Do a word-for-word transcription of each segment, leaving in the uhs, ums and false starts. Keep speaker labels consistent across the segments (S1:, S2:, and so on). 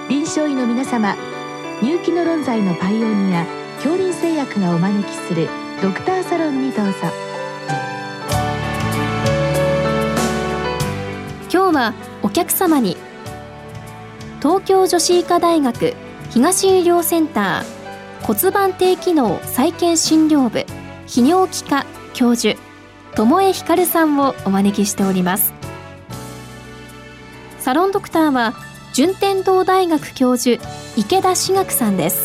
S1: 臨床医の皆様、入気の論剤のパイオニア恐林製薬がお招きするドクターサロンにどうぞ。
S2: 今日はお客様に東京女子医科大学東医療センター骨盤底機能再建診療部泌尿器科教授友江光さんをお招きしております。サロンドクターは順天堂大学教授池田志学さんです。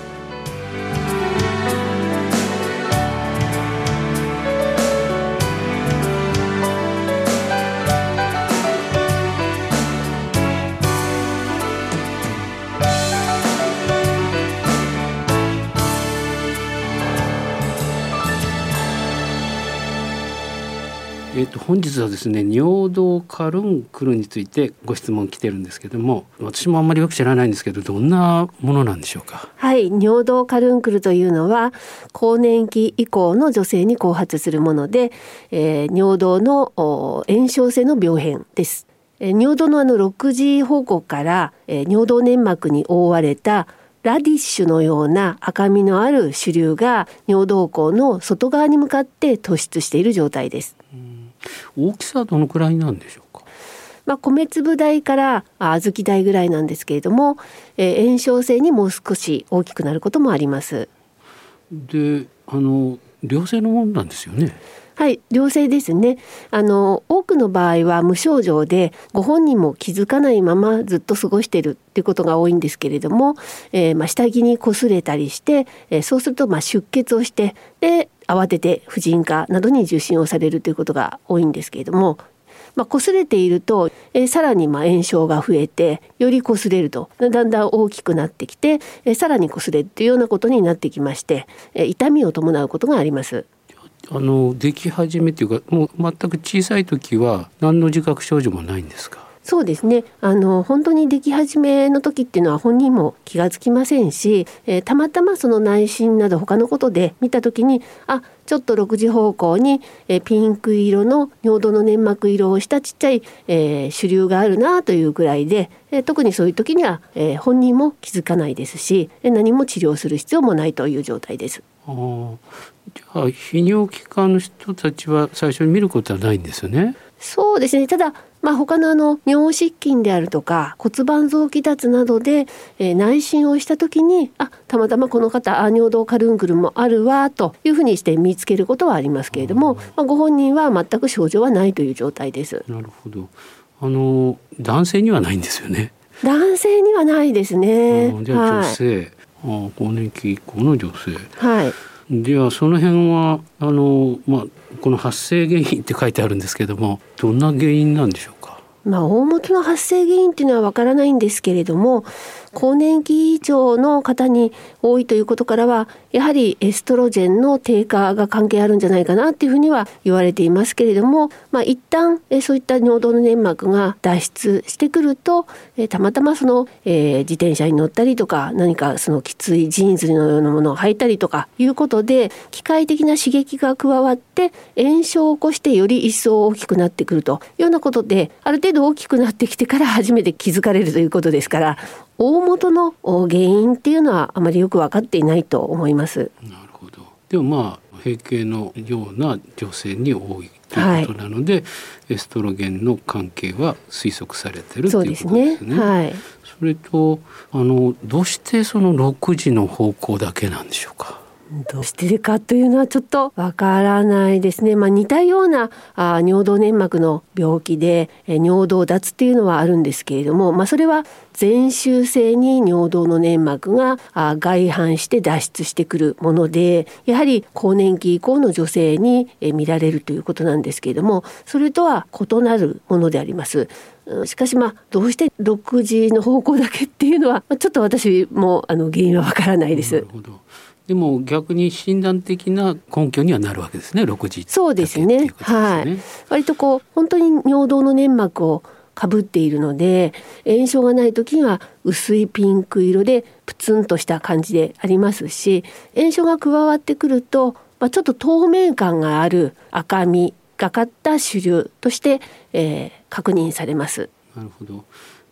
S3: えー、と本日はですね、尿道カルンクルについてご質問来てるんですけども、私もあんまりよく知らないんですけど、どんなものなんでしょうか。
S4: はい、尿道カルンクルというのは更年期以降の女性に後発するもので、えー、尿道の炎症性の病変です。えー、尿道のあのろくじ方向から、えー、尿道粘膜に覆われたラディッシュのような赤みのある主流が尿道口の外側に向かって突出している状態です。
S3: 大きさはどのくらいなんでしょうか。
S4: まあ、米粒大から小豆大ぐらいなんですけれども、えー、炎症性にもう少し大きくなることもあります。
S3: で、あの良性のものなんですよね。
S4: はい、良性ですね。あの多くの場合は無症状でご本人も気づかないままずっと過ごしているっていうことが多いんですけれども、えーまあ、下着に擦れたりして、えー、そうするとまあ出血をしてで慌てて婦人科などに受診をされるということが多いんですけれども、まあ、擦れていると、えー、さらにまあ炎症が増えてより擦れるとだんだん大きくなってきて、えー、さらに擦れるというようなことになってきまして、えー、痛みを伴うことがあります。
S3: あのでき始めというか、もう全く小さい時は何の自覚症状もないんですか。
S4: そうですね、あの本当にでき始めの時っていうのは本人も気がつきませんし、えー、たまたまその内診など他のことで見た時にあちょっとろくじ方向に、えー、ピンク色の尿道の粘膜色をしたちっちゃい、えー、主流があるなというくらいで、えー、特にそういう時には、えー、本人も気づかないですし、えー、何も治療する必要もないという状態です。
S3: あじゃあ泌尿器科の人たちは最初に見ることはないんですよね。
S4: そうですね。ただ、まあ、他のあの尿失禁であるとか骨盤臓器脱などで、えー、内診をした時にあたまたまこの方あ尿道カルンクルもあるわというふうにして見つけることはありますけれども、まあ、ご本人は全く症状はないという状態です。
S3: なるほど。あの男性にはないんですよね。
S4: 男性にはないですね。
S3: じゃあ女性、はい、あ更年期以降の女性、
S4: はい。
S3: ではその辺はあの、まあ、この発生原因って書いてあるんですけども、どんな原因なんでしょうか。
S4: まあ、大元の発生原因っていうのはわからないんですけれども、更年期以上の方に多いということからはやはりエストロジェンの低下が関係あるんじゃないかなっていうふうには言われていますけれども、まあ、一旦えそういった尿道の粘膜が脱出してくるとえたまたまその、えー、自転車に乗ったりとか何かそのきついジーンズのようなものを履いたりとかいうことで機械的な刺激が加わって炎症を起こしてより一層大きくなってくるというようなことで、ある程度大きくなってきてから初めて気づかれるということですから、大元の原因っていうのはあまりよく分かっていないと思います。
S3: なるほど。でもまあ閉経のような女性に多いということなので、はい、エストロゲンの関係は推測されているということですね。
S4: はい、
S3: それとあのどうしてそのろくじの方向だけなんでしょうか。
S4: どうしてるかというのはちょっとわからないですね。まあ、似たようなあ尿道粘膜の病気でえ尿道脱っていうのはあるんですけれども、まあ、それは全周性に尿道の粘膜があ外反して脱出してくるもので、やはり更年期以降の女性にえ見られるということなんですけれども、それとは異なるものであります。しかしまあどうしてろくじの方向だけっていうのはちょっと私もあの原因はわからないです。
S3: なるほど。でも逆に診断的な根拠にはなるわけですね、ろくじだけ
S4: そうですね。
S3: っていうことですね。
S4: はい。割とこう本当に尿道の粘膜をかぶっているので、炎症がない時には薄いピンク色でプツンとした感じでありますし、炎症が加わってくると、まあ、ちょっと透明感がある赤みがかった主流として、えー、確認されます。
S3: なるほど。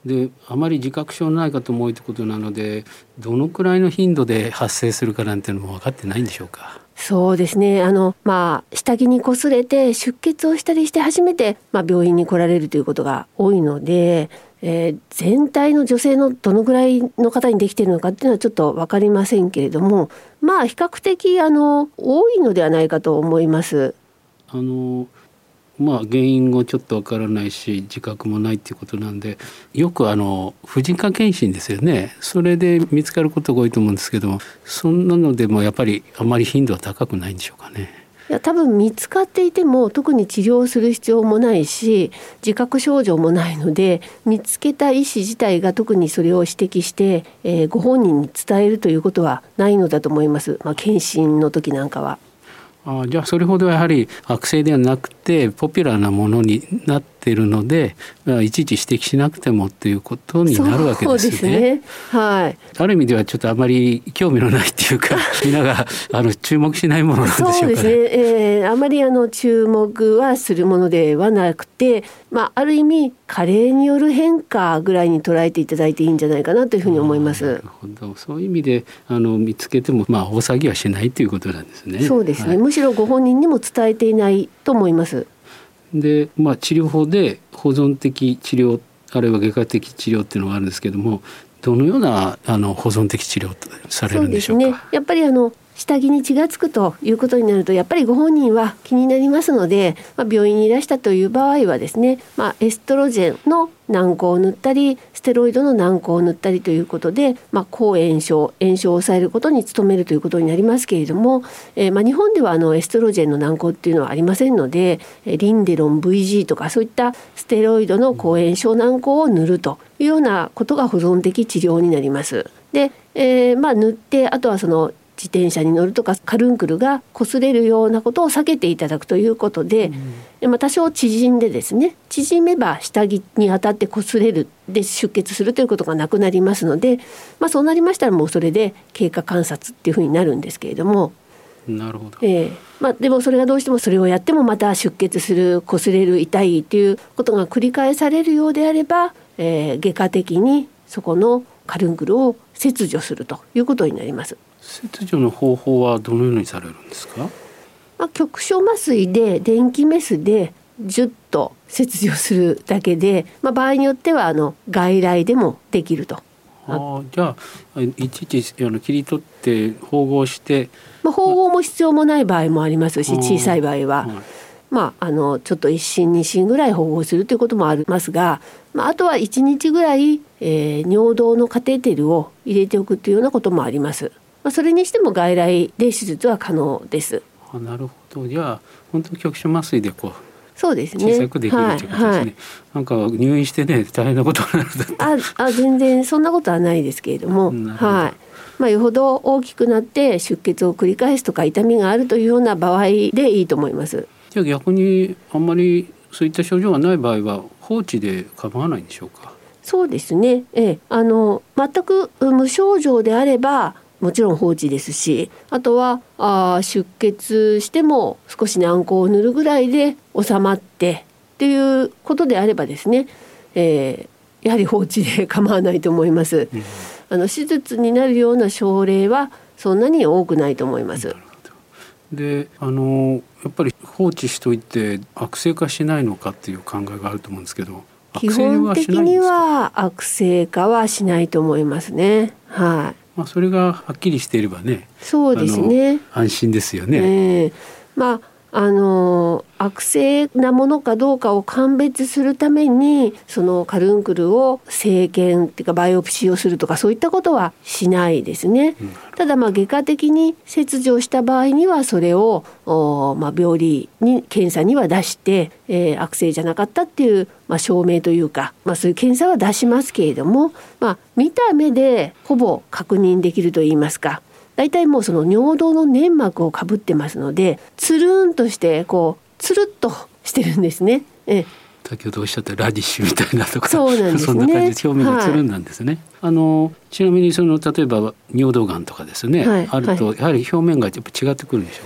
S3: であまり自覚症のない方も多いということなので、どのくらいの頻度で発生するかなんていうのも分かってないんでしょうか。
S4: そうですね。あの、まあ、下着に擦れて出血をしたりして初めて、まあ、病院に来られるということが多いので、えー、全体の女性のどのぐらいの方にできているのかっていうのはちょっと分かりませんけれども、まあ比較的あの多いのではないかと思います。
S3: あのまあ、原因もちょっとわからないし自覚もないっていうことなんで、よくあの婦人科検診ですよね。それで見つかることが多いと思うんですけども、そんなのでもやっぱりあまり頻度は高くないんでしょうかね。
S4: いや多分見つかっていても特に治療する必要もないし、自覚症状もないので、見つけた医師自体が特にそれを指摘して、えー、ご本人に伝えるということはないのだと思います。まあ、検診の時なんかは。
S3: あ、じゃあそれほどやはり悪性ではなくてポピュラーなものになっているので、いちいち指摘しなくてもということになるわけですね。そうですね、はい、ある意味ではちょっとあまり興味のないっていうかみんながあの注目しないものなんでしょうかね。
S4: そうですね、えー、あまりあの注目はするものではなくて、まあ、ある意味加齢による変化ぐらいに捉えていただいていいんじゃないかなというふうに思います。
S3: なるほど。そういう意味であの見つけても、まあ、大騒ぎはしないということなんですね。
S4: そうですね、はい、むしろご本人にも伝えていないと思います。
S3: で、まあ、治療法で保存的治療あるいは外科的治療っていうのがあるんですけども、どのようなあの保存的治療とされるんでしょうか。
S4: そうですね、やっぱりあの下着に血がつくということになるとやっぱりご本人は気になりますので、まあ、病院にいらしたという場合はですね、まあ、エストロジェンの軟膏を塗ったりステロイドの軟膏を塗ったりということで、まあ、抗炎症炎症を抑えることに努めるということになりますけれども、えーまあ、日本ではあのエストロジェンの軟膏っていうのはありませんので、リンデロン ブイジー とかそういったステロイドの抗炎症軟膏を塗るというようなことが保存的治療になります。で、えーまあ、塗ってあとはその自転車に乗るとかカルンクルが擦れるようなことを避けていただくということで、うん、まあ、多少縮んでですね、縮めば下着に当たって擦れるで出血するということがなくなりますので、まあ、そうなりましたらもうそれで経過観察っていうふうになるんですけれども、
S3: なるほど、
S4: えーまあ、でもそれがどうしてもそれをやってもまた出血する擦れる痛いということが繰り返されるようであれば、えー、外科的にそこのカルンクルを切除するということになります。
S3: 切除の方法はどのようにされるんですか。
S4: まあ、局所麻酔で電気メスでジュッと切除するだけで、まあ、場合によってはあの外来でもできると。
S3: あ、じゃあいちいちあの切り取って縫合して、
S4: まあ、縫合も必要もない場合もありますし、小さい場合は、はい、まあ、あのちょっと一針二針ぐらい縫合するということもありますが、まあ、あとはいちにちぐらい、えー、尿道のカテーテルを入れておくというようなこともあります。まあ、それにしても外来で手術は可能です。
S3: あ、なるほど。じゃあ本当に局所麻酔でこう
S4: そうですね、
S3: 小さくできるということですね、はいはい、なんか入院してね大変なことになる
S4: ああ全然そんなことはないですけれども、はい、まあ、よほど大きくなって出血を繰り返すとか痛みがあるというような場合でいいと思います。
S3: じゃあ逆にあんまりそういった症状がない場合は放置で構わないんでしょうか。
S4: そうですね、ええ、あの全く無症状であればもちろん放置ですし、あとはあ出血しても少し軟膏を塗るぐらいで収まってっていうことであればですね、えー、やはり放置で構わないと思います、うん、あの手術になるような症例はそんなに多くないと思います。
S3: で、あのやっぱり放置しといて悪性化しないのかっていう考えがあると思うんですけど、
S4: 基本的には悪性化はしないと思いますね。はい、
S3: まあ、それがはっきりしていればね、
S4: そうですね、
S3: 安心ですよね、
S4: えー、まああの悪性なものかどうかを鑑別するためにそのカルンクルを生検っていうかバイオプシーをするとかそういったことはしないですね、うん、ただまあ外科的に切除した場合にはそれを、まあ、病理に検査には出して、えー、悪性じゃなかったっていう、まあ、証明というか、まあ、そういう検査は出しますけれども、まあ、見た目でほぼ確認できるといいますか、だいたいもうその尿道の粘膜をかぶってますのでつるんとしてこうつるっとしてるんですね。え
S3: 先ほどおっしゃったラディッシュみたいなとか
S4: そうなんです、ね、
S3: そんな感じで表面がつるんなんですね、はい、あのちなみにその例えば尿道がんとかですね、はい、あるとやはり表面がやっぱ違ってくるんでしょうか。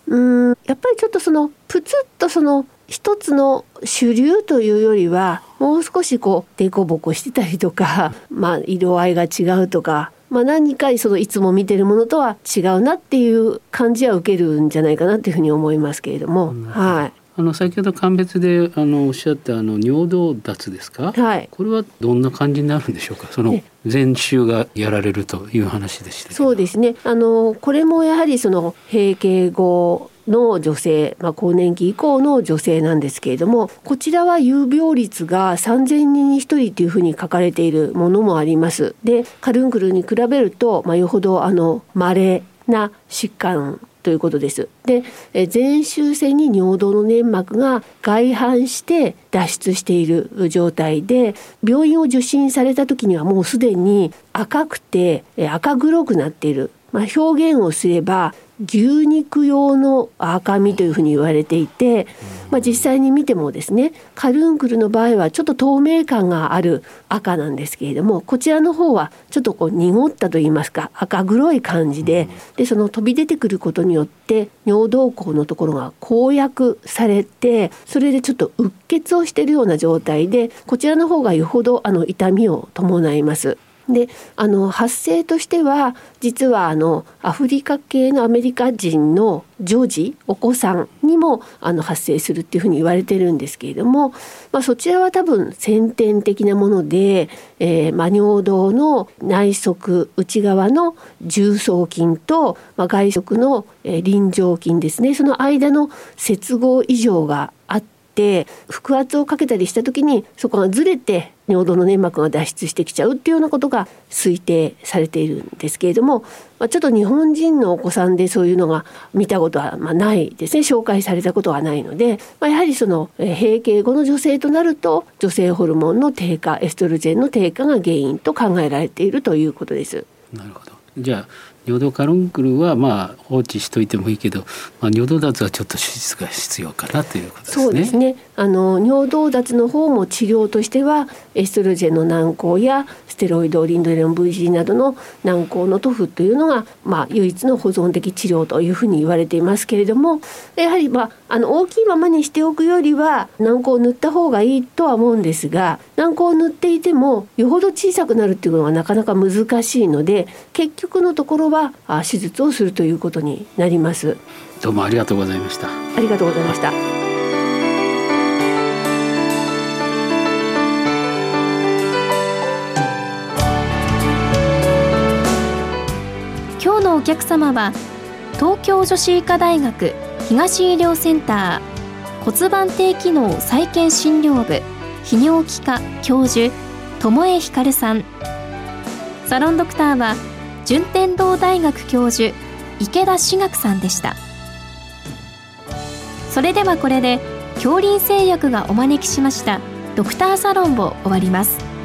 S4: うんやっぱりちょっとそのプツッとその一つの主流というよりはもう少しこうデコボコしてたりとか、まあ、色合いが違うとか、まあ、何かそのいつも見てるものとは違うなっていう感じは受けるんじゃないかなっていうふうに思いますけれども、うん、はい。
S3: あの先ほど鑑別であのおっしゃったあの尿道脱ですか、はい、これはどんな感じになるんでしょうか。その全周がやられるという話でしたけど。
S4: そうですね、あのこれもやはりその閉経後の女性、まあ、更年期以降の女性なんですけれども、こちらは有病率がさんぜんにんにひとりというふうに書かれているものもあります。でカルンクルに比べると、まあ、よほどあの稀な疾患ということです。で前周線に尿道の粘膜が外反して脱出している状態で、病院を受診された時にはもうすでに赤くて赤黒くなっている、まあ、表現をすれば牛肉用の赤みというふうに言われていて、まあ、実際に見てもですね、カルンクルの場合はちょっと透明感がある赤なんですけれども、こちらの方はちょっとこう濁ったといいますか赤黒い感じで、でその飛び出てくることによって尿道口のところが攻略されて、それでちょっとうっ血をしているような状態で、こちらの方がよほどあの痛みを伴います。であの発生としては実はあのアフリカ系のアメリカ人の女児お子さんにもあの発生するっていうふうに言われてるんですけれども、まあ、そちらは多分先天的なもので、えーまあ、尿道の内側内側の重層筋と、まあ、外側の、えー、輪状筋ですね、その間の接合異常があって腹圧をかけたりした時にそこがずれて尿道の粘膜が脱出してきちゃうっていうようなことが推定されているんですけれども、まあ、ちょっと日本人のお子さんでそういうのが見たことはまあないですね。紹介されたことはないので、まあ、やはりその閉経後の女性となると女性ホルモンの低下、エストロジェンの低下が原因と考えられているということです。
S3: なるほど。じゃあ尿道カルンクルはまあ放置しといてもいいけど、まあ、尿道脱はちょっと手術が必要かなということですね。
S4: そうですね、あの尿道脱の方も治療としてはエストロジェンの軟膏やステロイドリンドレロン ブイジー などの軟膏の塗布というのが、まあ、唯一の保存的治療というふうに言われていますけれども、やはり、まあ、あの大きいままにしておくよりは軟膏を塗った方がいいとは思うんですが、軟膏を塗っていてもよほど小さくなるっていうのはなかなか難しいので、結局のところは手術をするということになります。
S3: どうもありがとうございました。
S4: ありがとうございました。
S2: 今日のお客様は東京女子医科大学東医療センター骨盤底機能再建診療部泌尿器科教授友江光さん、サロンドクターは順天堂大学教授池田志学さんでした。それではこれで恐林製薬がお招きしましたドクターサロンを終わります。